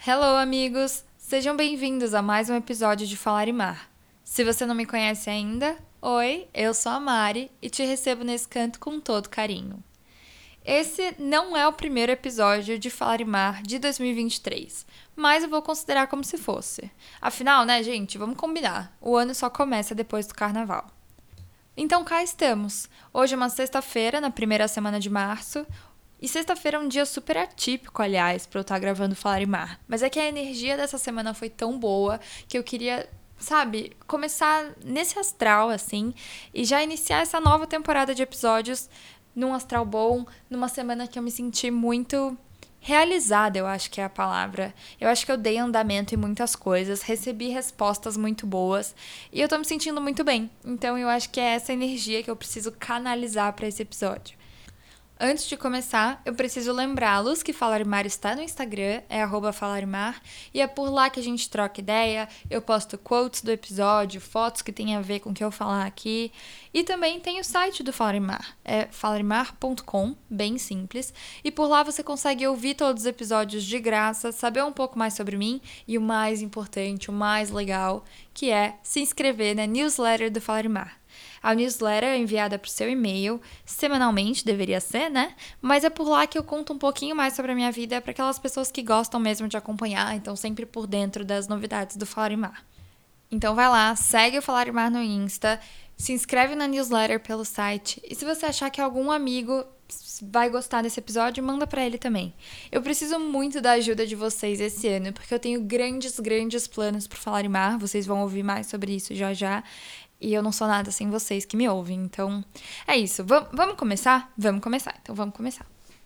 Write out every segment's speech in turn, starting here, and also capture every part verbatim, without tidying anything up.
Hello, amigos! Sejam bem-vindos a mais um episódio de Falar e Mar. Se você não me conhece ainda, oi, eu sou a Mari e te recebo nesse canto com todo carinho. Esse não é o primeiro episódio de Falar e Mar de dois mil e vinte e três, mas eu vou considerar como se fosse. Afinal, né, gente, vamos combinar, o ano só começa depois do carnaval. Então cá estamos. Hoje é uma sexta-feira, na primeira semana de março. E sexta-feira é um dia super atípico, aliás, pra eu estar gravando Falar e Mar. Mas é que a energia dessa semana foi tão boa que eu queria, sabe, começar nesse astral, assim, e já iniciar essa nova temporada de episódios num astral bom, numa semana que eu me senti muito realizada, eu acho que é a palavra. Eu acho que eu dei andamento em muitas coisas, recebi respostas muito boas e eu tô me sentindo muito bem. Então eu acho que é essa energia que eu preciso canalizar para esse episódio. Antes de começar, eu preciso lembrá-los que Falarimar está no Instagram, é arroba Falarimar, e é por lá que a gente troca ideia, eu posto quotes do episódio, fotos que tem a ver com o que eu falar aqui, e também tem o site do Falarimar, é falarimar ponto com, bem simples, e por lá você consegue ouvir todos os episódios de graça, saber um pouco mais sobre mim, e o mais importante, o mais legal, que é se inscrever na newsletter do Falarimar. A newsletter é enviada para o seu e-mail, semanalmente deveria ser, né? Mas é por lá que eu conto um pouquinho mais sobre a minha vida para aquelas pessoas que gostam mesmo de acompanhar, então sempre por dentro das novidades do Falarimar. Então vai lá, segue o Falarimar no Insta, se inscreve na newsletter pelo site e se você achar que algum amigo vai gostar desse episódio, manda pra ele também. Eu preciso muito da ajuda de vocês esse ano, porque eu tenho grandes, grandes planos pro Falarimar, vocês vão ouvir mais sobre isso já já. E eu não sou nada sem vocês que me ouvem. Então, é isso. V- vamos começar? Vamos começar. Então, vamos começar.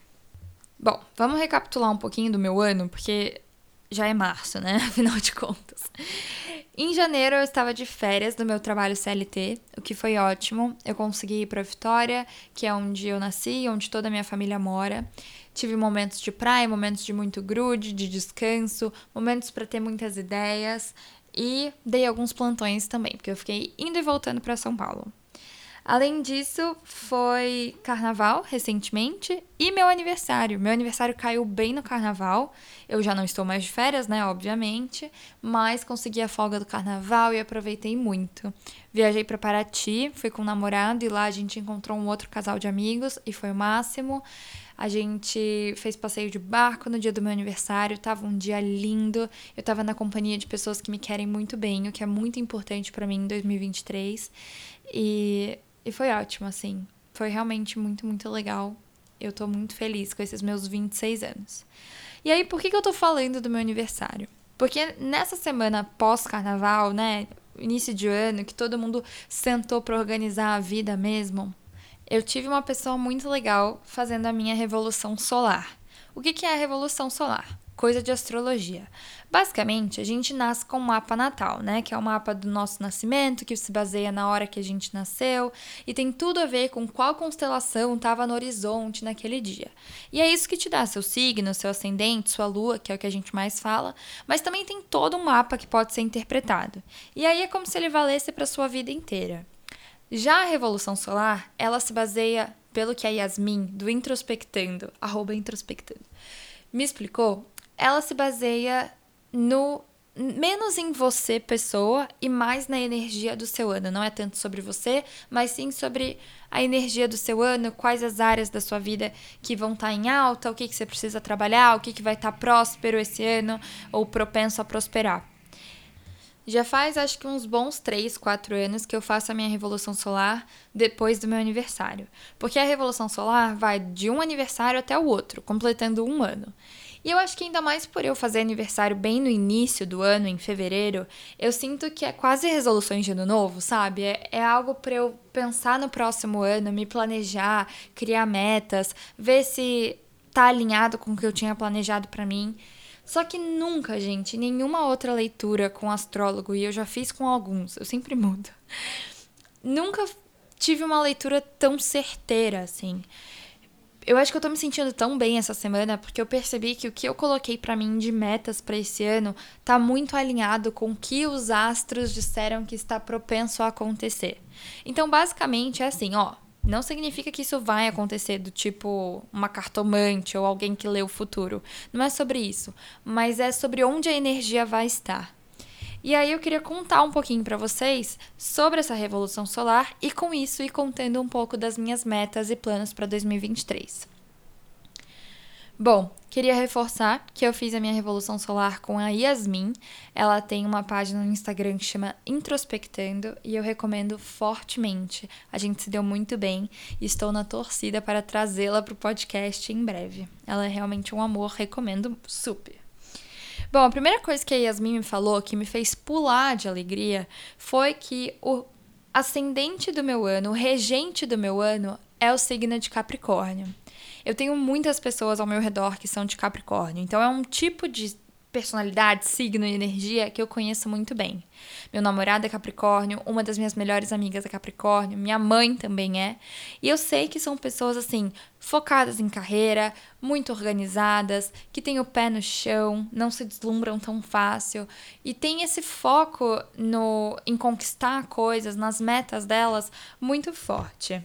Bom, vamos recapitular um pouquinho do meu ano, porque já é março, né? Afinal de contas. Em janeiro, eu estava de férias do meu trabalho C L T, o que foi ótimo. Eu consegui ir para Vitória, que é onde eu nasci, onde toda a minha família mora. Tive momentos de praia, momentos de muito grude, de descanso, momentos para ter muitas ideias. E dei alguns plantões também, porque eu fiquei indo e voltando para São Paulo. Além disso, foi carnaval recentemente e meu aniversário. Meu aniversário caiu bem no carnaval. Eu já não estou mais de férias, né, obviamente, mas consegui a folga do carnaval e aproveitei muito. Viajei para Paraty, fui com um namorado e lá a gente encontrou um outro casal de amigos e foi o máximo. A gente fez passeio de barco no dia do meu aniversário, tava um dia lindo. Eu tava na companhia de pessoas que me querem muito bem, o que é muito importante pra mim em dois mil e vinte e três. E, e foi ótimo, assim. Foi realmente muito, muito legal. Eu tô muito feliz com esses meus vinte e seis anos. E aí, por que, que eu tô falando do meu aniversário? Porque nessa semana pós-carnaval, né, início de ano, que todo mundo sentou pra organizar a vida mesmo, eu tive uma pessoa muito legal fazendo a minha revolução solar. O que é a revolução solar? Coisa de astrologia. Basicamente, a gente nasce com um mapa natal, né? Que é o mapa do nosso nascimento, que se baseia na hora que a gente nasceu, e tem tudo a ver com qual constelação estava no horizonte naquele dia. E é isso que te dá seu signo, seu ascendente, sua lua, que é o que a gente mais fala, mas também tem todo um mapa que pode ser interpretado. E aí é como se ele valesse para sua vida inteira. Já a Revolução Solar, ela se baseia, pelo que a Yasmin, do Introspectando, arroba Introspectando, me explicou, ela se baseia no menos em você, pessoa, e mais na energia do seu ano. Não é tanto sobre você, mas sim sobre a energia do seu ano, quais as áreas da sua vida que vão estar em alta, o que, que você precisa trabalhar, o que, que vai estar próspero esse ano, ou propenso a prosperar. Já faz acho que uns bons três, quatro anos que eu faço a minha Revolução Solar depois do meu aniversário. Porque a Revolução Solar vai de um aniversário até o outro, completando um ano. E eu acho que ainda mais por eu fazer aniversário bem no início do ano, em fevereiro, eu sinto que é quase resoluções de ano novo, sabe? É, é algo para eu pensar no próximo ano, me planejar, criar metas, ver se tá alinhado com o que eu tinha planejado para mim. Só que nunca, gente, nenhuma outra leitura com astrólogo, e eu já fiz com alguns, eu sempre mudo, nunca tive uma leitura tão certeira, assim. Eu acho que eu tô me sentindo tão bem essa semana porque eu percebi que o que eu coloquei pra mim de metas pra esse ano tá muito alinhado com o que os astros disseram que está propenso a acontecer. Então, basicamente, é assim, ó. Não significa que isso vai acontecer do tipo uma cartomante ou alguém que lê o futuro. Não é sobre isso, mas é sobre onde a energia vai estar. E aí eu queria contar um pouquinho para vocês sobre essa revolução solar e com isso ir contando um pouco das minhas metas e planos para dois mil e vinte e três. Bom, queria reforçar que eu fiz a minha revolução solar com a Yasmin. Ela tem uma página no Instagram que chama Introspectando e eu recomendo fortemente. A gente se deu muito bem e estou na torcida para trazê-la para o podcast em breve. Ela é realmente um amor, recomendo super. Bom, a primeira coisa que a Yasmin me falou, que me fez pular de alegria, foi que o ascendente do meu ano, o regente do meu ano, é o signo de Capricórnio. Eu tenho muitas pessoas ao meu redor que são de Capricórnio, então é um tipo de personalidade, signo e energia que eu conheço muito bem. Meu namorado é Capricórnio, uma das minhas melhores amigas é Capricórnio, minha mãe também é, e eu sei que são pessoas assim, focadas em carreira, muito organizadas, que têm o pé no chão, não se deslumbram tão fácil e tem esse foco no, em conquistar coisas, nas metas delas, muito forte.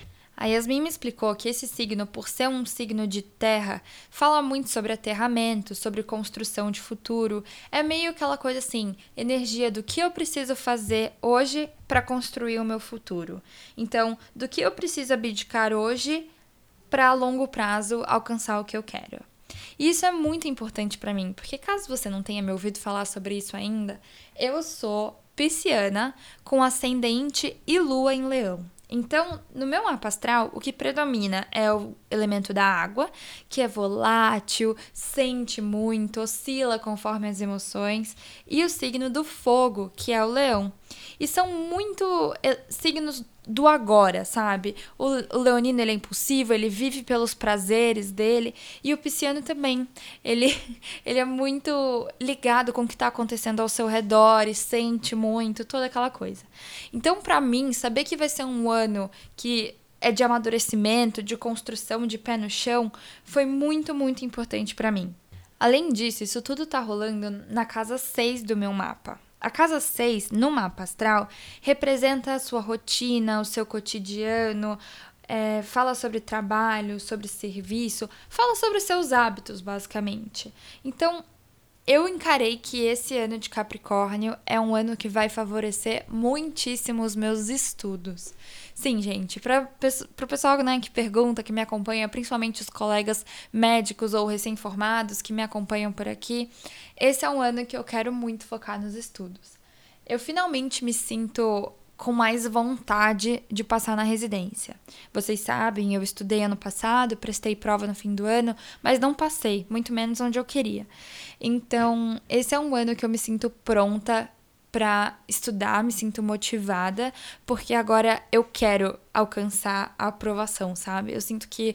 A Yasmin me explicou que esse signo, por ser um signo de terra, fala muito sobre aterramento, sobre construção de futuro. É meio aquela coisa assim, energia do que eu preciso fazer hoje para construir o meu futuro. Então, do que eu preciso abdicar hoje para a longo prazo alcançar o que eu quero. E isso é muito importante para mim, porque caso você não tenha me ouvido falar sobre isso ainda, eu sou pisciana com ascendente e lua em leão. Então, no meu mapa astral, o que predomina é o elemento da água, que é volátil, sente muito, oscila conforme as emoções, e o signo do fogo, que é o leão. E são muito eh, signos do agora, sabe? O, o leonino, ele é impulsivo, ele vive pelos prazeres dele, e o pisciano também. Ele, ele é muito ligado com o que está acontecendo ao seu redor e sente muito, toda aquela coisa. Então, para mim, saber que vai ser um ano que é de amadurecimento, de construção, de pé no chão, foi muito, muito importante para mim. Além disso, isso tudo tá rolando na casa seis do meu mapa. A casa seis, no mapa astral, representa a sua rotina, o seu cotidiano, é, fala sobre trabalho, sobre serviço, fala sobre os seus hábitos, basicamente. Então, eu encarei que esse ano de Capricórnio é um ano que vai favorecer muitíssimo os meus estudos. Sim, gente, para o pessoal, né, que pergunta, que me acompanha, principalmente os colegas médicos ou recém-formados que me acompanham por aqui, esse é um ano que eu quero muito focar nos estudos. Eu finalmente me sinto com mais vontade de passar na residência. Vocês sabem, eu estudei ano passado, prestei prova no fim do ano, mas não passei, muito menos onde eu queria. Então, esse é um ano que eu me sinto pronta para estudar, me sinto motivada, porque agora eu quero alcançar a aprovação, sabe? Eu sinto que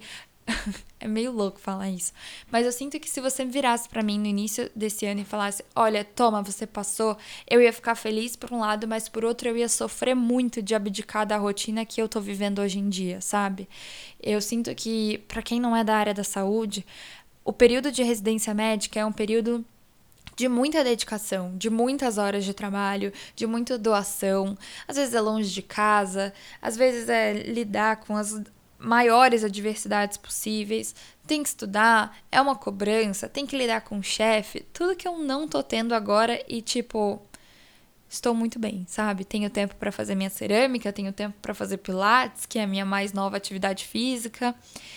é meio louco falar isso, mas eu sinto que se você virasse pra mim no início desse ano e falasse, olha, toma, você passou, eu ia ficar feliz por um lado, mas por outro eu ia sofrer muito de abdicar da rotina que eu tô vivendo hoje em dia, sabe? Eu sinto que, pra quem não é da área da saúde, o período de residência médica é um período de muita dedicação, de muitas horas de trabalho, de muita doação, às vezes é longe de casa, às vezes é lidar com as maiores adversidades possíveis, tem que estudar, é uma cobrança, tem que lidar com o chefe, tudo que eu não tô tendo agora e, tipo, estou muito bem, sabe? Tenho tempo para fazer minha cerâmica, tenho tempo para fazer pilates, que é a minha mais nova atividade física.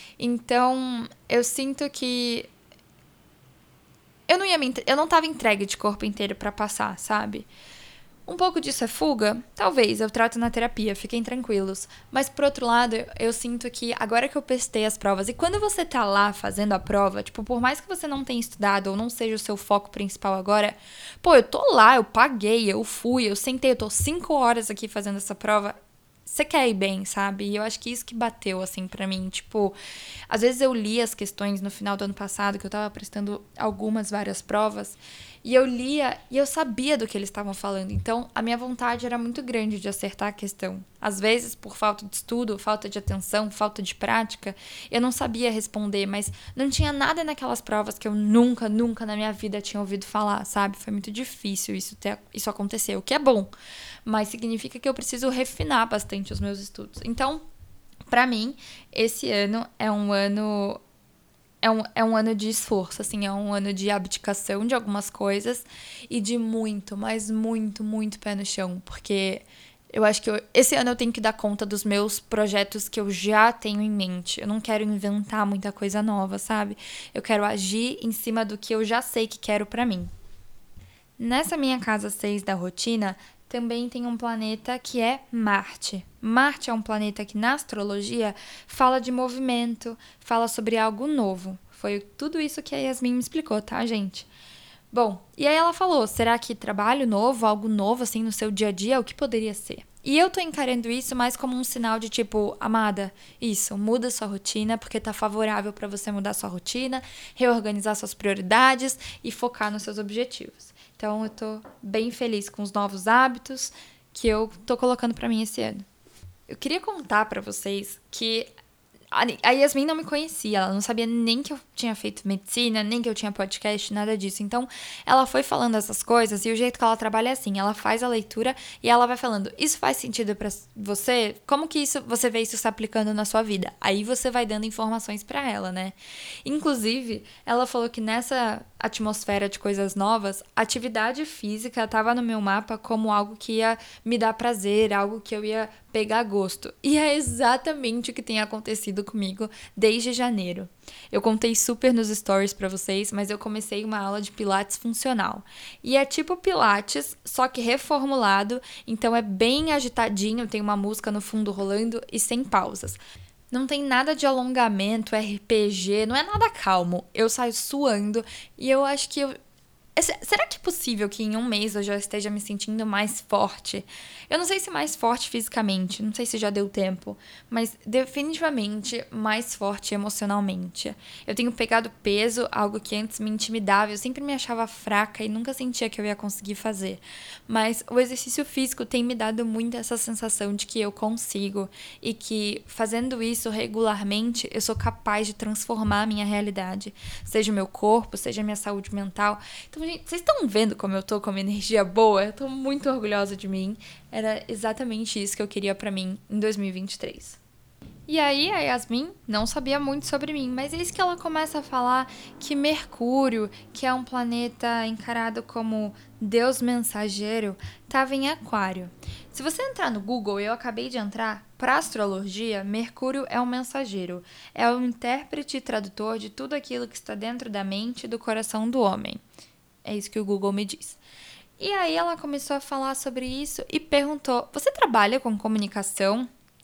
Então, eu sinto que eu não ia me, eu não tava entregue de corpo inteiro para passar, sabe? Um pouco disso é fuga? Talvez, eu trato na terapia, fiquem tranquilos. Mas, por outro lado, eu sinto que agora que eu testei as provas, e quando você tá lá fazendo a prova, tipo, por mais que você não tenha estudado ou não seja o seu foco principal agora, pô, eu tô lá, eu paguei, eu fui, eu sentei, eu tô cinco horas aqui fazendo essa prova. Você quer ir bem, sabe? E eu acho que isso que bateu, assim, pra mim. Tipo, às vezes eu li as questões no final do ano passado, que eu tava prestando algumas, várias provas, e eu lia e eu sabia do que eles estavam falando. Então, a minha vontade era muito grande de acertar a questão. Às vezes, por falta de estudo, falta de atenção, falta de prática, eu não sabia responder, mas não tinha nada naquelas provas que eu nunca, nunca na minha vida tinha ouvido falar, sabe? Foi muito difícil isso, ter, isso acontecer, o que é bom, mas significa que eu preciso refinar bastante os meus estudos. Então, Pra mim, esse ano é um ano é um, é um ano de esforço, assim, é um ano de abdicação de algumas coisas e de muito, mas muito, muito pé no chão, porque eu acho que eu, esse ano eu tenho que dar conta dos meus projetos que eu já tenho em mente. Eu não quero inventar muita coisa nova, sabe? Eu quero agir em cima do que eu já sei que quero pra mim. Nessa minha casa seis da rotina, também tem um planeta que é Marte. Marte é um planeta que na astrologia fala de movimento, fala sobre algo novo. Foi tudo isso que a Yasmin me explicou, tá, gente? Bom, e aí ela falou, será que trabalho novo, algo novo assim no seu dia a dia, o que poderia ser? E eu tô encarando isso mais como um sinal de tipo, amada, isso, muda sua rotina porque tá favorável para você mudar sua rotina, reorganizar suas prioridades e focar nos seus objetivos. Então eu tô bem feliz com os novos hábitos que eu tô colocando para mim esse ano. Eu queria contar para vocês que a Yasmin não me conhecia, ela não sabia nem que eu tinha feito medicina, nem que eu tinha podcast, nada disso. Então, ela foi falando essas coisas e o jeito que ela trabalha é assim, ela faz a leitura e ela vai falando, isso faz sentido pra você? Como que isso você vê isso se aplicando na sua vida? Aí você vai dando informações pra ela, né? Inclusive, ela falou que nessa atmosfera de coisas novas, atividade física estava no meu mapa como algo que ia me dar prazer, algo que eu ia pegar gosto. E é exatamente o que tem acontecido comigo desde janeiro. Eu contei super nos stories pra vocês, mas eu comecei uma aula de pilates funcional. E é tipo pilates, só que reformulado, então é bem agitadinho, tem uma música no fundo rolando e sem pausas. Não tem nada de alongamento, R P G, não é nada calmo. Eu saio suando e eu acho que eu será que é possível que em um mês eu já esteja me sentindo mais forte? Eu não sei se mais forte fisicamente, não sei se já deu tempo, mas definitivamente mais forte emocionalmente. Eu tenho pegado peso, algo que antes me intimidava, eu sempre me achava fraca e nunca sentia que eu ia conseguir fazer. Mas o exercício físico tem me dado muito essa sensação de que eu consigo e que fazendo isso regularmente eu sou capaz de transformar a minha realidade, seja o meu corpo, seja a minha saúde mental. Então, gente, vocês estão vendo como eu tô com uma energia boa? Eu tô muito orgulhosa de mim. Era exatamente isso que eu queria pra mim em dois mil e vinte e três. E aí a Yasmin não sabia muito sobre mim, mas eis que ela começa a falar que Mercúrio, que é um planeta encarado como Deus mensageiro, estava em Aquário. Se você entrar no Google, eu acabei de entrar, para astrologia, Mercúrio é um mensageiro, é o intérprete e tradutor de tudo aquilo que está dentro da mente e do coração do homem. É isso que o Google me diz. E aí ela começou a falar sobre isso e perguntou, você trabalha com comunicação?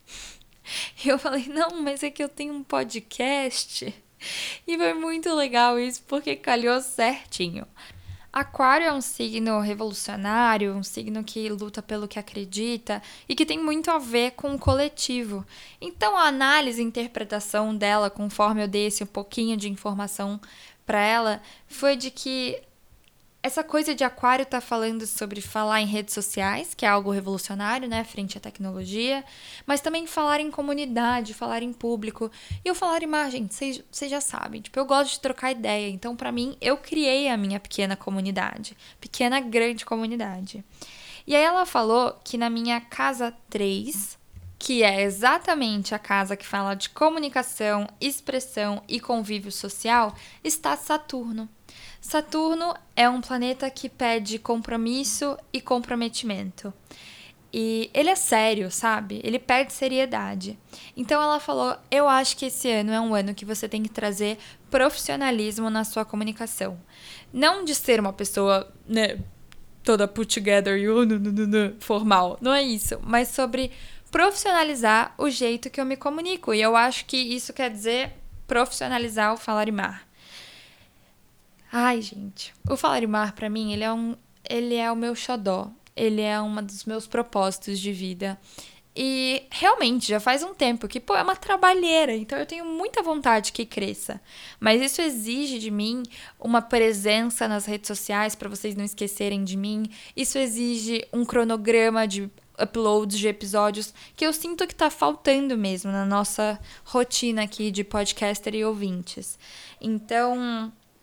E eu falei, não, mas é que eu tenho um podcast. E foi muito legal isso, porque calhou certinho. Aquário é um signo revolucionário, um signo que luta pelo que acredita e que tem muito a ver com o coletivo. Então, a análise e interpretação dela, conforme eu dei esse um pouquinho de informação para ela, foi de que essa coisa de Aquário tá falando sobre falar em redes sociais, que é algo revolucionário, né, frente à tecnologia, mas também falar em comunidade, falar em público. E eu falar em mar, gente, vocês já sabem, tipo, eu gosto de trocar ideia, então pra mim, eu criei a minha pequena comunidade, pequena grande comunidade. E aí ela falou que na minha casa três, que é exatamente a casa que fala de comunicação, expressão e convívio social, está Saturno. Saturno é um planeta que pede compromisso e comprometimento. E ele é sério, sabe? Ele pede seriedade. Então ela falou, eu acho que esse ano é um ano que você tem que trazer profissionalismo na sua comunicação. Não de ser uma pessoa, né, toda put together e uh, formal. Não é isso. Mas sobre profissionalizar o jeito que eu me comunico. E eu acho que isso quer dizer profissionalizar o Falarimar. Ai, gente, o Falarimar pra mim, ele é um, ele é o meu xodó. Ele é um dos meus propósitos de vida. E realmente, já faz um tempo que, pô, é uma trabalheira, então eu tenho muita vontade que cresça. Mas isso exige de mim uma presença nas redes sociais para vocês não esquecerem de mim. Isso exige um cronograma de uploads de episódios que eu sinto que tá faltando mesmo na nossa rotina aqui de podcaster e ouvintes. Então,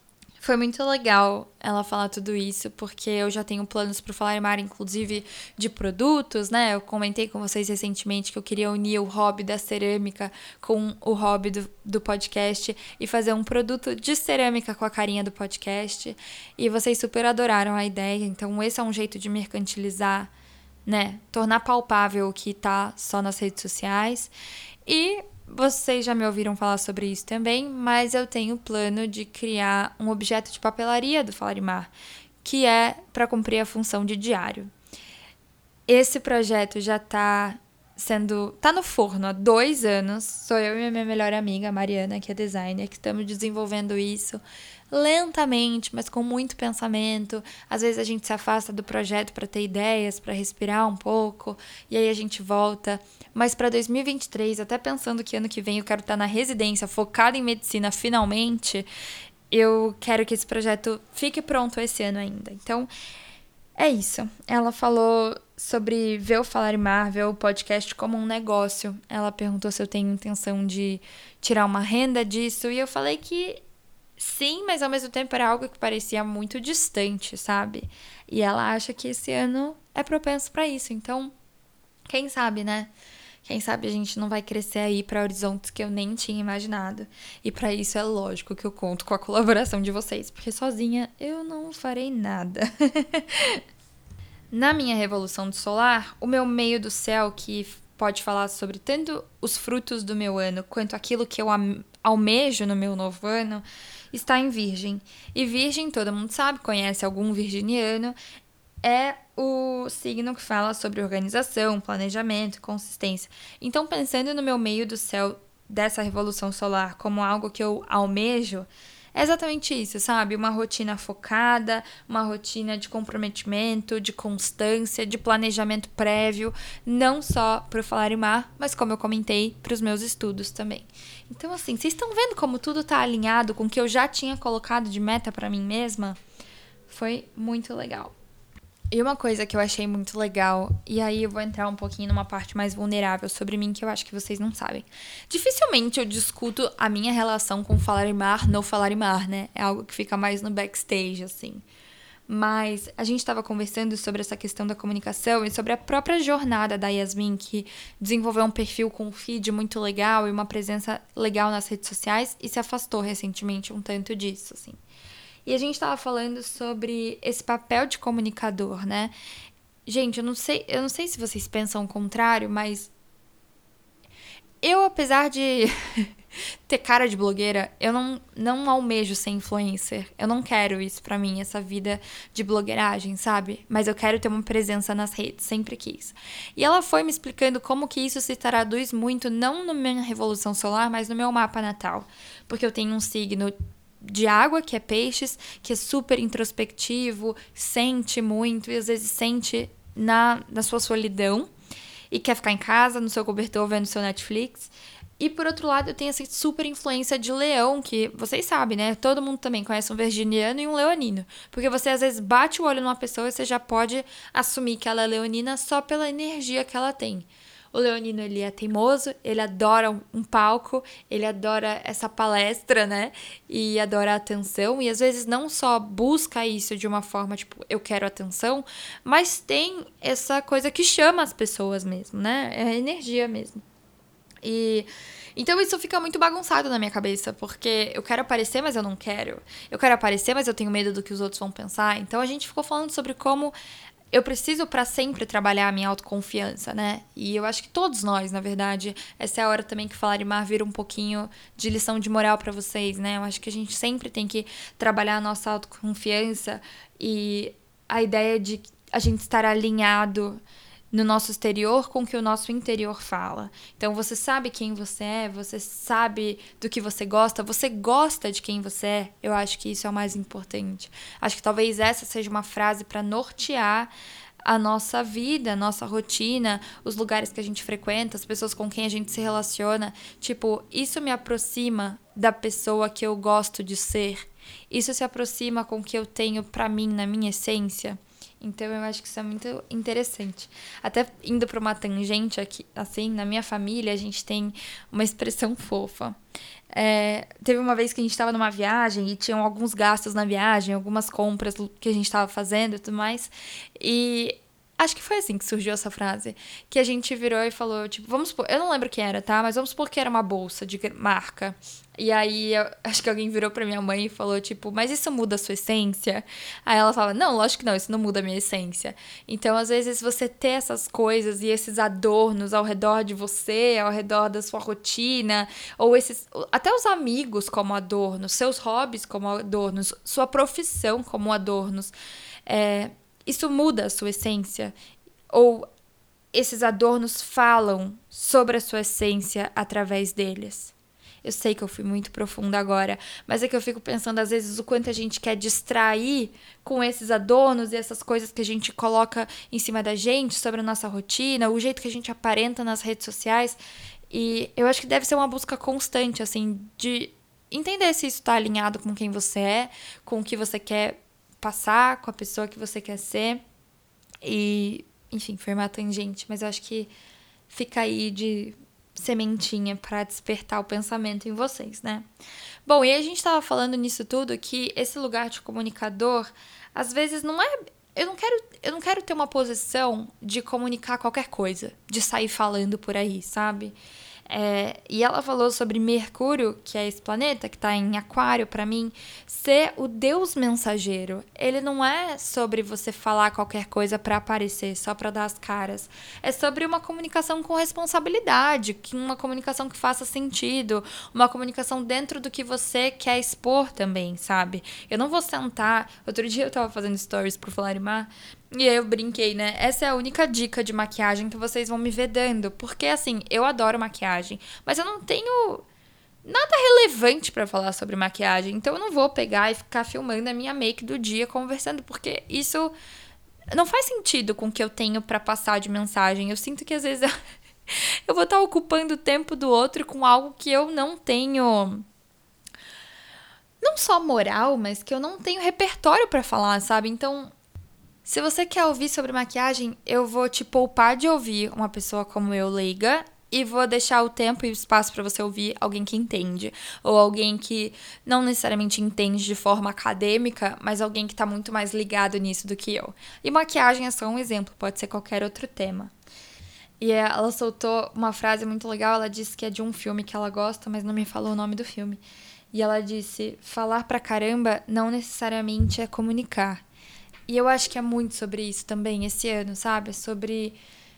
Foi muito legal ela falar tudo isso, porque eu já tenho planos para o Falar em Mar, inclusive de produtos, né? Eu comentei com vocês recentemente que eu queria unir o hobby da cerâmica com o hobby do, do podcast e fazer um produto de cerâmica com a carinha do podcast. E vocês super adoraram a ideia, então esse é um jeito de mercantilizar, né? Tornar palpável o que tá só nas redes sociais. E vocês já me ouviram falar sobre isso também, mas eu tenho o plano de criar um objeto de papelaria do Falar em Mar, que é para cumprir a função de diário. Esse projeto já está sendo... tá no forno há dois anos. Sou eu e a minha melhor amiga, a Mariana, que é designer, que estamos desenvolvendo isso lentamente, mas com muito pensamento. Às vezes a gente se afasta do projeto para ter ideias, para respirar um pouco, e aí a gente volta. Mas para dois mil e vinte e três, até pensando que ano que vem eu quero estar na residência, focada em medicina finalmente, eu quero que esse projeto fique pronto esse ano ainda. Então, é isso. Ela falou sobre ver o Falar em Mar, ver o podcast como um negócio. Ela perguntou se eu tenho intenção de tirar uma renda disso, e eu falei que sim, mas ao mesmo tempo era algo que parecia muito distante, sabe? E ela acha que esse ano é propenso para isso. Então, quem sabe, né? Quem sabe a gente não vai crescer aí para horizontes que eu nem tinha imaginado. E para isso é lógico que eu conto com a colaboração de vocês, porque sozinha eu não farei nada. Na minha revolução do solar, o meu meio do céu, que pode falar sobre tanto os frutos do meu ano quanto aquilo que eu almejo no meu novo ano, está em Virgem. E Virgem, todo mundo sabe, conhece algum virginiano, é o signo que fala sobre organização, planejamento, consistência. Então, pensando no meu meio do céu dessa revolução solar como algo que eu almejo, é exatamente isso, sabe? Uma rotina focada, uma rotina de comprometimento, de constância, de planejamento prévio, não só para o Falar em Mar, mas como eu comentei, para os meus estudos também. Então, assim, vocês estão vendo como tudo tá alinhado com o que eu já tinha colocado de meta para mim mesma? Foi muito legal. E uma coisa que eu achei muito legal, e aí eu vou entrar um pouquinho numa parte mais vulnerável sobre mim, que eu acho que vocês não sabem. Dificilmente eu discuto a minha relação com Falar em Mar no Falar em Mar, né? É algo que fica mais no backstage, assim. Mas a gente estava conversando sobre essa questão da comunicação e sobre a própria jornada da Yasmin, que desenvolveu um perfil com um feed muito legal e uma presença legal nas redes sociais e se afastou recentemente um tanto disso, assim. E a gente tava falando sobre esse papel de comunicador, né? Gente, eu não sei, eu não sei se vocês pensam o contrário, mas eu, apesar de ter cara de blogueira, eu não, não almejo ser influencer. Eu não quero isso pra mim, essa vida de blogueiragem, sabe? Mas eu quero ter uma presença nas redes, sempre quis. E ela foi me explicando como que isso se traduz muito, não na minha revolução solar, mas no meu mapa natal. Porque eu tenho um signo de água, que é peixes, que é super introspectivo, sente muito e às vezes sente na, na sua solidão e quer ficar em casa, no seu cobertor, vendo seu Netflix. E por outro lado, eu tenho essa super influência de leão, que vocês sabem, né? Todo mundo também conhece um virginiano e um leonino. Porque você às vezes bate o olho numa pessoa e você já pode assumir que ela é leonina só pela energia que ela tem. O leonino, ele é teimoso, ele adora um palco, ele adora essa palestra, né? E adora a atenção. E às vezes não só busca isso de uma forma, tipo, eu quero atenção, mas tem essa coisa que chama as pessoas mesmo, né? É a energia mesmo. E então isso fica muito bagunçado na minha cabeça, porque eu quero aparecer, mas eu não quero. Eu quero aparecer, mas eu tenho medo do que os outros vão pensar. Então a gente ficou falando sobre como eu preciso para sempre trabalhar a minha autoconfiança, né? E eu acho que todos nós, na verdade, essa é a hora também que Falar em Mar vira um pouquinho de lição de moral para vocês, né? Eu acho que a gente sempre tem que trabalhar a nossa autoconfiança e a ideia de a gente estar alinhado no nosso exterior com o que o nosso interior fala. Então, você sabe quem você é, você sabe do que você gosta, você gosta de quem você é. Eu acho que isso é o mais importante. Acho que talvez essa seja uma frase para nortear a nossa vida, a nossa rotina, os lugares que a gente frequenta, as pessoas com quem a gente se relaciona. Tipo, isso me aproxima da pessoa que eu gosto de ser. Isso se aproxima com o que eu tenho pra mim, na minha essência. Então eu acho que isso é muito interessante. Até indo para uma tangente aqui, assim, na minha família a gente tem uma expressão fofa. É, teve uma vez que a gente estava numa viagem e tinham alguns gastos na viagem, algumas compras que a gente estava fazendo e tudo mais. E acho que foi assim que surgiu essa frase. Que a gente virou e falou, tipo, vamos supor, eu não lembro quem era, tá? Mas vamos supor que era uma bolsa de marca. E aí, eu, acho que alguém virou pra minha mãe e falou, tipo, mas isso muda a sua essência? Aí ela fala, não, lógico que não, isso não muda a minha essência. Então, às vezes, você ter essas coisas e esses adornos ao redor de você, ao redor da sua rotina, ou esses, até os amigos como adornos, seus hobbies como adornos, sua profissão como adornos, é, isso muda a sua essência? Ou esses adornos falam sobre a sua essência através deles? Eu sei que eu fui muito profunda agora, mas é que eu fico pensando às vezes o quanto a gente quer distrair com esses adornos e essas coisas que a gente coloca em cima da gente, sobre a nossa rotina, o jeito que a gente aparenta nas redes sociais. E eu acho que deve ser uma busca constante, assim, de entender se isso está alinhado com quem você é, com o que você quer passar, com a pessoa que você quer ser. E, enfim, foi uma tangente, mas eu acho que fica aí de sementinha para despertar o pensamento em vocês, né? Bom, e a gente estava falando nisso tudo que esse lugar de comunicador, às vezes não é... Eu não quero, eu não quero ter uma posição de comunicar qualquer coisa, de sair falando por aí, sabe? É, e ela falou sobre Mercúrio, que é esse planeta que está em Aquário para mim, ser o deus mensageiro. Ele não é sobre você falar qualquer coisa para aparecer, só para dar as caras. É sobre uma comunicação com responsabilidade, uma comunicação que faça sentido, uma comunicação dentro do que você quer expor também, sabe? Eu não vou sentar... Outro dia eu tava fazendo stories pro Falarimar, e aí eu brinquei, né? Essa é a única dica de maquiagem que vocês vão me ver dando. Porque, assim, eu adoro maquiagem, mas eu não tenho nada relevante pra falar sobre maquiagem. Então eu não vou pegar e ficar filmando a minha make do dia conversando, porque isso não faz sentido com o que eu tenho pra passar de mensagem. Eu sinto que às vezes eu vou estar ocupando o tempo do outro com algo que eu não tenho... Não só moral, mas que eu não tenho repertório pra falar, sabe? Então... Se você quer ouvir sobre maquiagem, eu vou te poupar de ouvir uma pessoa como eu, leiga, e vou deixar o tempo e o espaço para você ouvir alguém que entende. Ou alguém que não necessariamente entende de forma acadêmica, mas alguém que está muito mais ligado nisso do que eu. E maquiagem é só um exemplo, pode ser qualquer outro tema. E ela soltou uma frase muito legal, ela disse que é de um filme que ela gosta, mas não me falou o nome do filme. E ela disse, falar pra caramba não necessariamente é comunicar. E eu acho que é muito sobre isso também esse ano, sabe? É sobre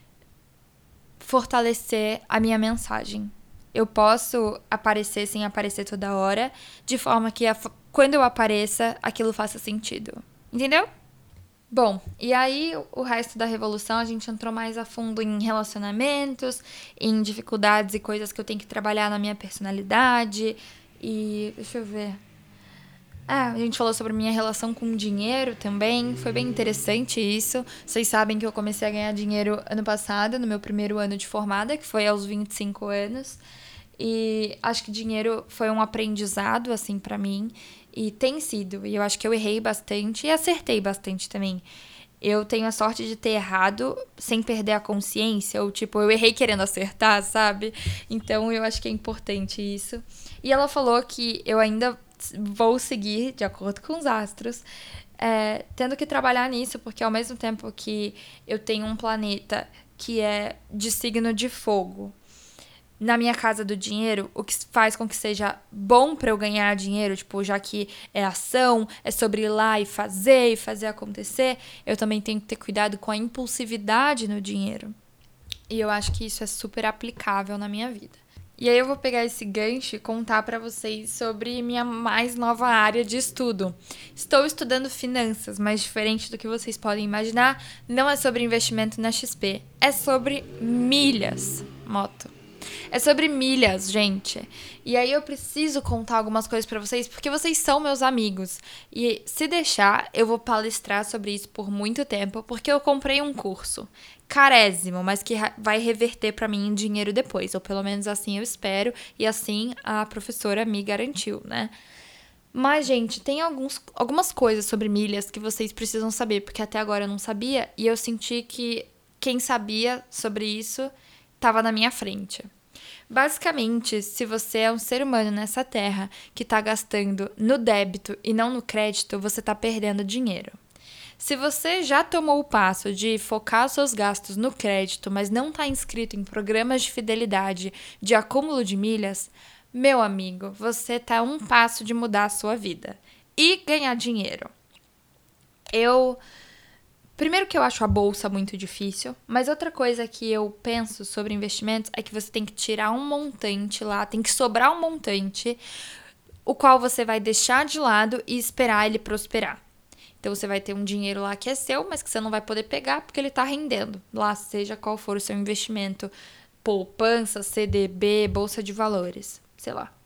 fortalecer a minha mensagem. Eu posso aparecer sem aparecer toda hora, de forma que a, quando eu apareça, aquilo faça sentido. Entendeu? Bom, e aí o resto da revolução a gente entrou mais a fundo em relacionamentos, em dificuldades e coisas que eu tenho que trabalhar na minha personalidade. E deixa eu ver... Ah, a gente falou sobre minha relação com dinheiro também, foi bem interessante isso. Vocês sabem que eu comecei a ganhar dinheiro ano passado, no meu primeiro ano de formada, que foi aos vinte e cinco anos. E acho que dinheiro foi um aprendizado, assim, pra mim. E tem sido. E eu acho que eu errei bastante e acertei bastante também. Eu tenho a sorte de ter errado sem perder a consciência. Ou, tipo, eu errei querendo acertar, sabe? Então, eu acho que é importante isso. E ela falou que eu ainda... vou seguir de acordo com os astros, é, tendo que trabalhar nisso, porque ao mesmo tempo que eu tenho um planeta que é de signo de fogo na minha casa do dinheiro, o que faz com que seja bom para eu ganhar dinheiro, tipo, já que é ação, é sobre ir lá e fazer e fazer acontecer, eu também tenho que ter cuidado com a impulsividade no dinheiro. E eu acho que isso é super aplicável na minha vida. E aí eu vou pegar esse gancho e contar para vocês sobre minha mais nova área de estudo. Estou estudando finanças, mas diferente do que vocês podem imaginar, não é sobre investimento na X P, é sobre milhas, moto. É sobre milhas, gente. E aí eu preciso contar algumas coisas pra vocês, porque vocês são meus amigos. E se deixar, eu vou palestrar sobre isso por muito tempo, porque eu comprei um curso carésimo, mas que vai reverter pra mim em dinheiro depois. Ou pelo menos assim eu espero. E assim a professora me garantiu, né? Mas, gente, tem alguns, algumas coisas sobre milhas que vocês precisam saber, porque até agora eu não sabia e eu senti que quem sabia sobre isso estava na minha frente. Basicamente, se você é um ser humano nessa terra que está gastando no débito e não no crédito, você está perdendo dinheiro. Se você já tomou o passo de focar os seus gastos no crédito, mas não está inscrito em programas de fidelidade de acúmulo de milhas, meu amigo, você está a um passo de mudar a sua vida e ganhar dinheiro. Eu... Primeiro que eu acho a bolsa muito difícil, mas outra coisa que eu penso sobre investimentos é que você tem que tirar um montante lá, tem que sobrar um montante, o qual você vai deixar de lado e esperar ele prosperar. Então, você vai ter um dinheiro lá que é seu, mas que você não vai poder pegar porque ele está rendendo. Lá, seja qual for o seu investimento, poupança, C D B, bolsa de valores, sei lá.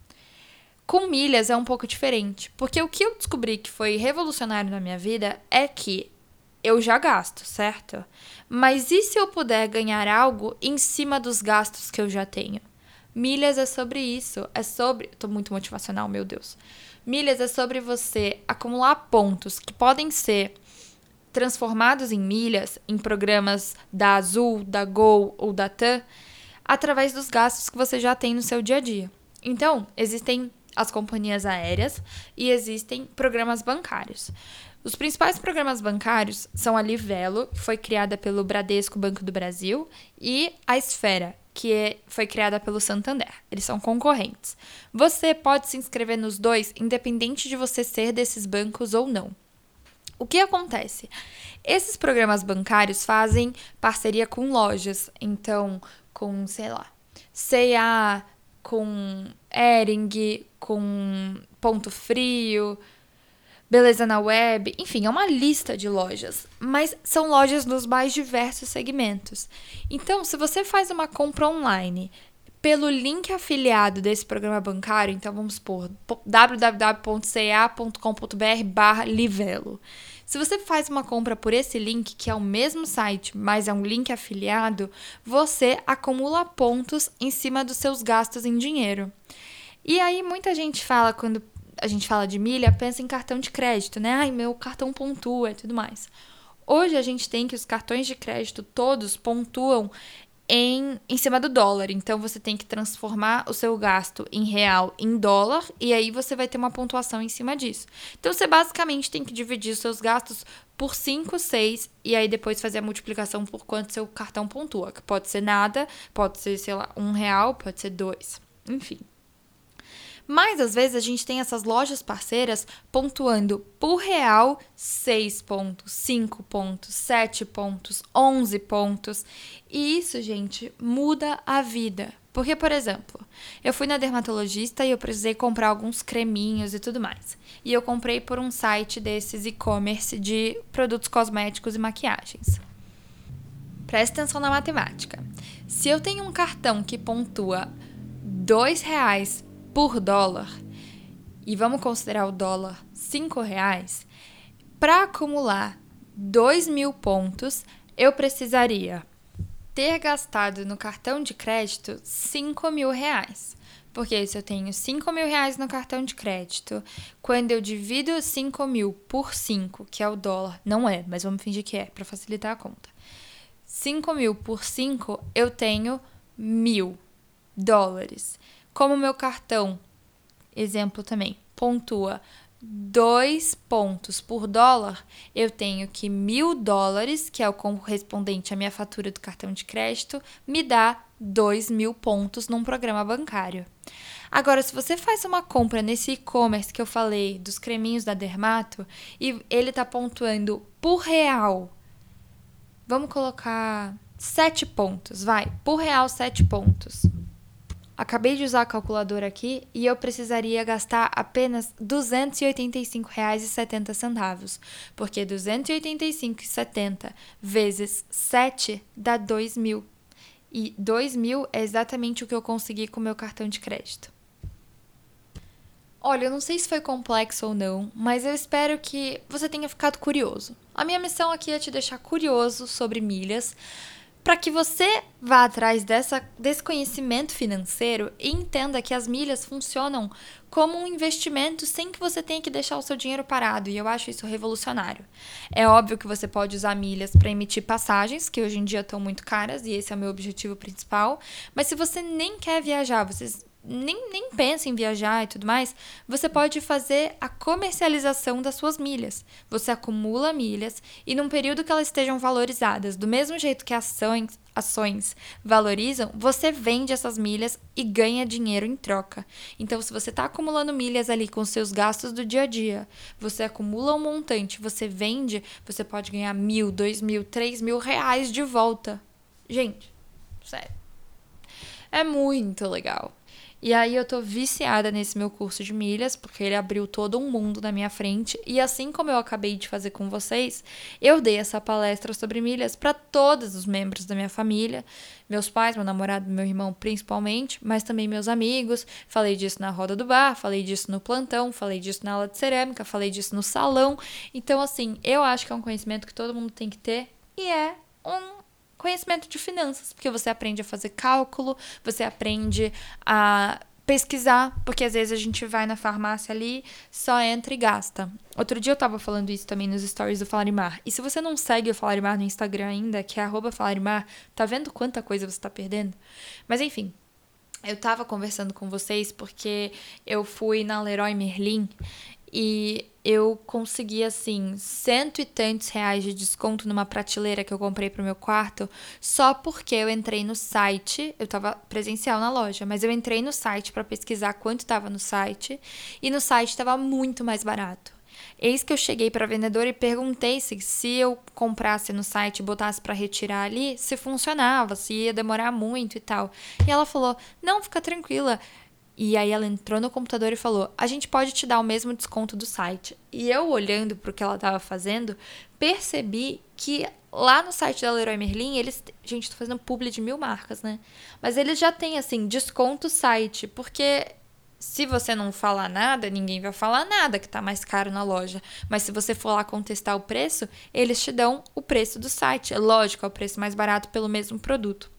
Com milhas é um pouco diferente, porque o que eu descobri que foi revolucionário na minha vida é que eu já gasto, certo? Mas e se eu puder ganhar algo em cima dos gastos que eu já tenho? Milhas é sobre isso, é sobre... Tô muito motivacional, meu Deus. Milhas é sobre você acumular pontos que podem ser transformados em milhas em programas da Azul, da Gol ou da TAM, através dos gastos que você já tem no seu dia a dia. Então, existem as companhias aéreas e existem programas bancários. Os principais programas bancários são a Livelo, que foi criada pelo Bradesco Banco do Brasil, e a Esfera, que foi criada pelo Santander. Eles são concorrentes. Você pode se inscrever nos dois, independente de você ser desses bancos ou não. O que acontece? Esses programas bancários fazem parceria com lojas. Então, com, sei lá, C e A, com Hering, com Ponto Frio, Beleza na Web, enfim, é uma lista de lojas, mas são lojas nos mais diversos segmentos. Então, se você faz uma compra online pelo link afiliado desse programa bancário, então vamos supor, w w w ponto c e a ponto com ponto b r barra livelo. Se você faz uma compra por esse link, que é o mesmo site, mas é um link afiliado, você acumula pontos em cima dos seus gastos em dinheiro. E aí muita gente fala, quando a gente fala de milha, pensa em cartão de crédito, né? Ai, meu cartão pontua e tudo mais. Hoje a gente tem que os cartões de crédito todos pontuam em, em cima do dólar. Então, você tem que transformar o seu gasto em real em dólar e aí você vai ter uma pontuação em cima disso. Então, você basicamente tem que dividir os seus gastos por cinco, seis e aí depois fazer a multiplicação por quanto seu cartão pontua. Que pode ser nada, pode ser, sei lá, um real, pode ser dois. Enfim. Mas, às vezes, a gente tem essas lojas parceiras pontuando por real seis pontos, cinco pontos, sete pontos, onze pontos. E isso, gente, muda a vida. Porque, por exemplo, eu fui na dermatologista e eu precisei comprar alguns creminhos e tudo mais. E eu comprei por um site desses e-commerce de produtos cosméticos e maquiagens. Presta atenção na matemática. Se eu tenho um cartão que pontua dois reais por dólar, e vamos considerar o dólar cinco reais, para acumular dois mil pontos, eu precisaria ter gastado no cartão de crédito cinco mil reais. Porque se eu tenho cinco mil reais no cartão de crédito, quando eu divido cinco mil por cinco, que é o dólar, não é, mas vamos fingir que é, para facilitar a conta. cinco mil por cinco, eu tenho mil dólares. Como o meu cartão, exemplo também, pontua dois pontos por dólar, eu tenho que mil dólares, que é o correspondente à minha fatura do cartão de crédito, me dá dois mil pontos num programa bancário. Agora, se você faz uma compra nesse e-commerce que eu falei, dos creminhos da Dermato, e ele está pontuando por real, vamos colocar sete pontos, vai, por real sete pontos. Acabei de usar a calculadora aqui e eu precisaria gastar apenas duzentos e oitenta e cinco reais e setenta centavos, porque duzentos e oitenta e cinco reais e setenta centavos vezes sete dá dois mil. E dois mil é exatamente o que eu consegui com o meu cartão de crédito. Olha, eu não sei se foi complexo ou não, mas eu espero que você tenha ficado curioso. A minha missão aqui é te deixar curioso sobre milhas, para que você vá atrás dessa, desse conhecimento financeiro e entenda que as milhas funcionam como um investimento sem que você tenha que deixar o seu dinheiro parado. E eu acho isso revolucionário. É óbvio que você pode usar milhas para emitir passagens, que hoje em dia estão muito caras, e esse é o meu objetivo principal. Mas se você nem quer viajar, vocês nem, nem pensa em viajar e tudo mais, você pode fazer a comercialização das suas milhas. Você acumula milhas e num período que elas estejam valorizadas, do mesmo jeito que ações, ações valorizam, você vende essas milhas e ganha dinheiro em troca. Então, se você está acumulando milhas ali com seus gastos do dia a dia, você acumula um montante, você vende, você pode ganhar mil, dois mil, três mil reais de volta. Gente, sério. É muito legal. E aí eu tô viciada nesse meu curso de milhas, porque ele abriu todo um mundo na minha frente. E assim como eu acabei de fazer com vocês, eu dei essa palestra sobre milhas para todos os membros da minha família, meus pais, meu namorado, meu irmão principalmente, mas também meus amigos. Falei disso na roda do bar, falei disso no plantão, falei disso na aula de cerâmica, falei disso no salão. Então, assim, eu acho que é um conhecimento que todo mundo tem que ter e é um conhecimento de finanças, porque você aprende a fazer cálculo, você aprende a pesquisar, porque às vezes a gente vai na farmácia ali, só entra e gasta. Outro dia eu tava falando isso também nos stories do Falarimar. E se você não segue o Falarimar no Instagram ainda, que é arroba Falarimar, tá vendo quanta coisa você tá perdendo? Mas enfim, eu tava conversando com vocês porque eu fui na Leroy Merlin e eu consegui, assim, cento e tantos reais de desconto numa prateleira que eu comprei pro meu quarto, só porque eu entrei no site, eu tava presencial na loja, mas eu entrei no site pra pesquisar quanto tava no site, e no site tava muito mais barato. Eis que eu cheguei pra vendedora e perguntei se, se eu comprasse no site e botasse pra retirar ali, se funcionava, se ia demorar muito e tal. E ela falou, não, fica tranquila. E aí ela entrou no computador e falou, a gente pode te dar o mesmo desconto do site. E eu, olhando pro que ela tava fazendo, percebi que lá no site da Leroy Merlin, eles... Gente, tô fazendo publi de mil marcas, né? Mas eles já têm, assim, desconto site, porque se você não falar nada, ninguém vai falar nada que tá mais caro na loja. Mas se você for lá contestar o preço, eles te dão o preço do site. É lógico, é o preço mais barato pelo mesmo produto.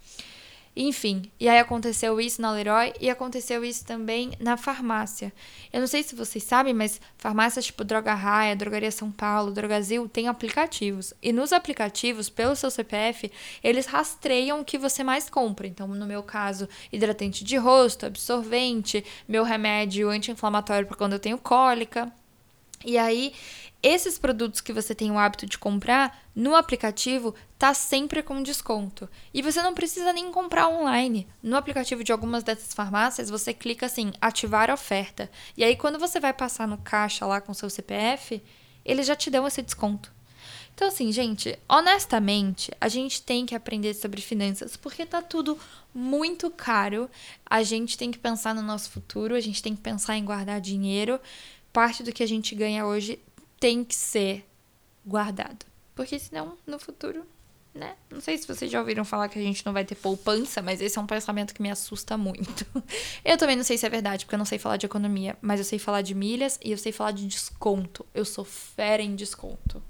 Enfim, e aí aconteceu isso na Leroy e aconteceu isso também na farmácia. Eu não sei se vocês sabem, mas farmácias tipo Droga Raia, Drogaria São Paulo, Drogazil têm aplicativos. E nos aplicativos, pelo seu C P F, eles rastreiam o que você mais compra. Então, no meu caso, hidratante de rosto, absorvente, meu remédio anti-inflamatório para quando eu tenho cólica. E aí, esses produtos que você tem o hábito de comprar, no aplicativo, tá sempre com desconto. E você não precisa nem comprar online. No aplicativo de algumas dessas farmácias, você clica assim, ativar oferta. E aí, quando você vai passar no caixa lá com seu C P F, eles já te dão esse desconto. Então, assim, gente, honestamente, a gente tem que aprender sobre finanças, porque tá tudo muito caro. A gente tem que pensar no nosso futuro, a gente tem que pensar em guardar dinheiro. Parte do que a gente ganha hoje tem que ser guardado. Porque senão, no futuro, né? Não sei se vocês já ouviram falar que a gente não vai ter poupança, mas esse é um pensamento que me assusta muito. Eu também não sei se é verdade, porque eu não sei falar de economia, mas eu sei falar de milhas e eu sei falar de desconto. Eu sou fera em desconto.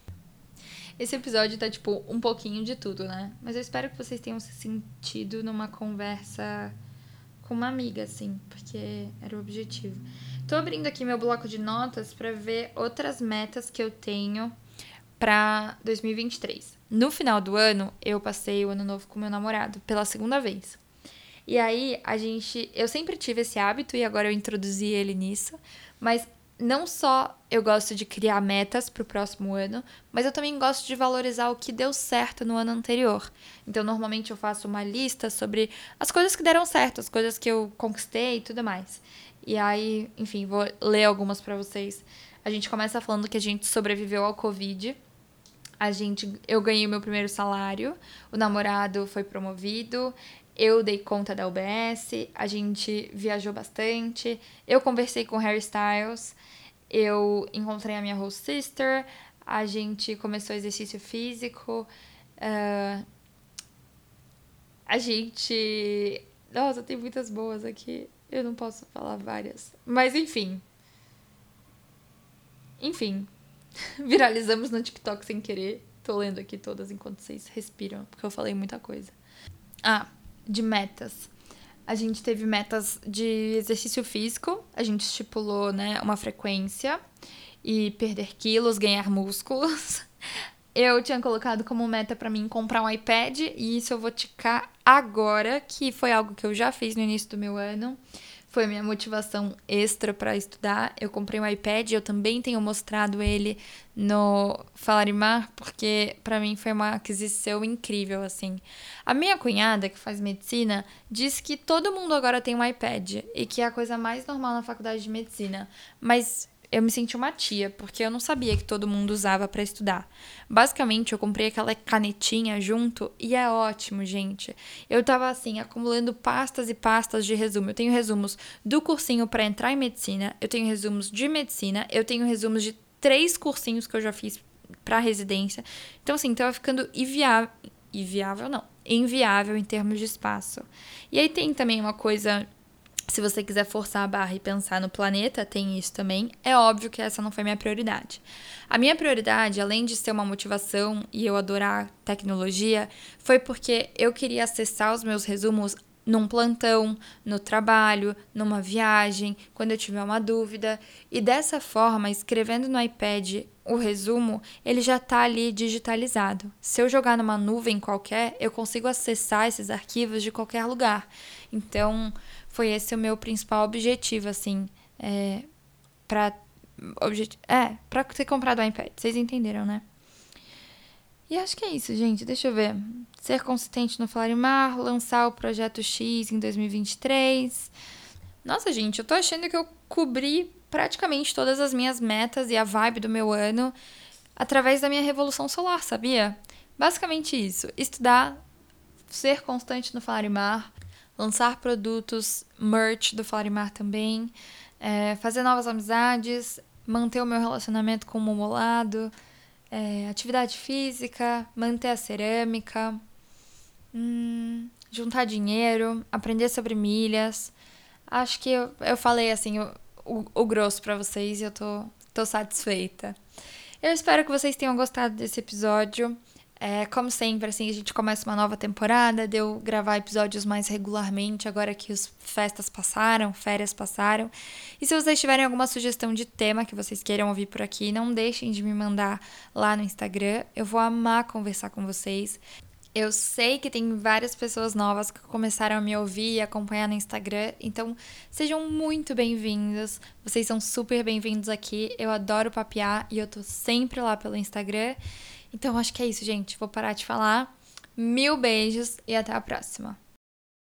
Esse episódio tá, tipo, um pouquinho de tudo, né? Mas eu espero que vocês tenham se sentido numa conversa com uma amiga, assim, porque era o objetivo. Tô abrindo aqui meu bloco de notas pra ver outras metas que eu tenho pra dois mil e vinte e três. No final do ano, eu passei o ano novo com meu namorado, pela segunda vez. E aí, a gente... Eu sempre tive esse hábito e agora eu introduzi ele nisso, mas não só eu gosto de criar metas pro próximo ano, mas eu também gosto de valorizar o que deu certo no ano anterior. Então, normalmente eu faço uma lista sobre as coisas que deram certo, as coisas que eu conquistei e tudo mais. E aí, enfim, vou ler algumas pra vocês. A gente começa falando que a gente sobreviveu ao Covid. A gente, eu ganhei o meu primeiro salário, o namorado foi promovido, eu dei conta da U B S, a gente viajou bastante, eu conversei com Harry Styles, eu encontrei a minha host sister, a gente começou exercício físico, uh, a gente... Nossa, tem muitas boas aqui, eu não posso falar várias, mas enfim. Enfim, viralizamos no TikTok sem querer. Tô lendo aqui todas enquanto vocês respiram, porque eu falei muita coisa. Ah, de metas. A gente teve metas de exercício físico, a gente estipulou, né, uma frequência e perder quilos, ganhar músculos. Eu tinha colocado como meta pra mim comprar um iPad e isso eu vou ticar agora, que foi algo que eu já fiz no início do meu ano. Foi minha motivação extra para estudar. Eu comprei um iPad, eu também tenho mostrado ele no Falarimar, porque para mim foi uma aquisição incrível, assim. A minha cunhada, que faz medicina, disse que todo mundo agora tem um iPad e que é a coisa mais normal na faculdade de medicina. Mas eu me senti uma tia, porque eu não sabia que todo mundo usava para estudar. Basicamente, eu comprei aquela canetinha junto e é ótimo, gente. Eu tava assim, acumulando pastas e pastas de resumo. Eu tenho resumos do cursinho para entrar em medicina, eu tenho resumos de medicina, eu tenho resumos de três cursinhos que eu já fiz para residência. Então, assim, tava ficando inviável. Inviável, não. Inviável em termos de espaço. E aí tem também uma coisa. Se você quiser forçar a barra e pensar no planeta, tem isso também. É óbvio que essa não foi minha prioridade. A minha prioridade, além de ser uma motivação e eu adorar tecnologia, foi porque eu queria acessar os meus resumos num plantão, no trabalho, numa viagem, quando eu tiver uma dúvida. E dessa forma, escrevendo no iPad o resumo, ele já está ali digitalizado. Se eu jogar numa nuvem qualquer, eu consigo acessar esses arquivos de qualquer lugar. Então, foi esse o meu principal objetivo, assim, é, pra, objet... é, pra ter comprado o iPad. Vocês entenderam, né? E acho que é isso, gente. Deixa eu ver. Ser consistente no Falarimar, lançar o Projeto X em dois mil e vinte e três. Nossa, gente, eu tô achando que eu cobri praticamente todas as minhas metas e a vibe do meu ano através da minha revolução solar, sabia? Basicamente isso. Estudar, ser constante no Falarimar, lançar produtos, merch do Falarimar também, é, fazer novas amizades, manter o meu relacionamento com o Momolado, é, atividade física, manter a cerâmica, hum, juntar dinheiro, aprender sobre milhas. Acho que eu, eu falei assim o, o, o grosso pra vocês e eu tô, tô satisfeita. Eu espero que vocês tenham gostado desse episódio. É, como sempre, assim, a gente começa uma nova temporada, de eu gravar episódios mais regularmente, agora que as festas passaram, férias passaram. E se vocês tiverem alguma sugestão de tema que vocês queiram ouvir por aqui, não deixem de me mandar lá no Instagram. Eu vou amar conversar com vocês. Eu sei que tem várias pessoas novas que começaram a me ouvir e acompanhar no Instagram, então sejam muito bem-vindos. Vocês são super bem-vindos aqui. Eu adoro papear e eu tô sempre lá pelo Instagram. Então acho que é isso, gente. Vou parar de falar. Mil beijos e até a próxima.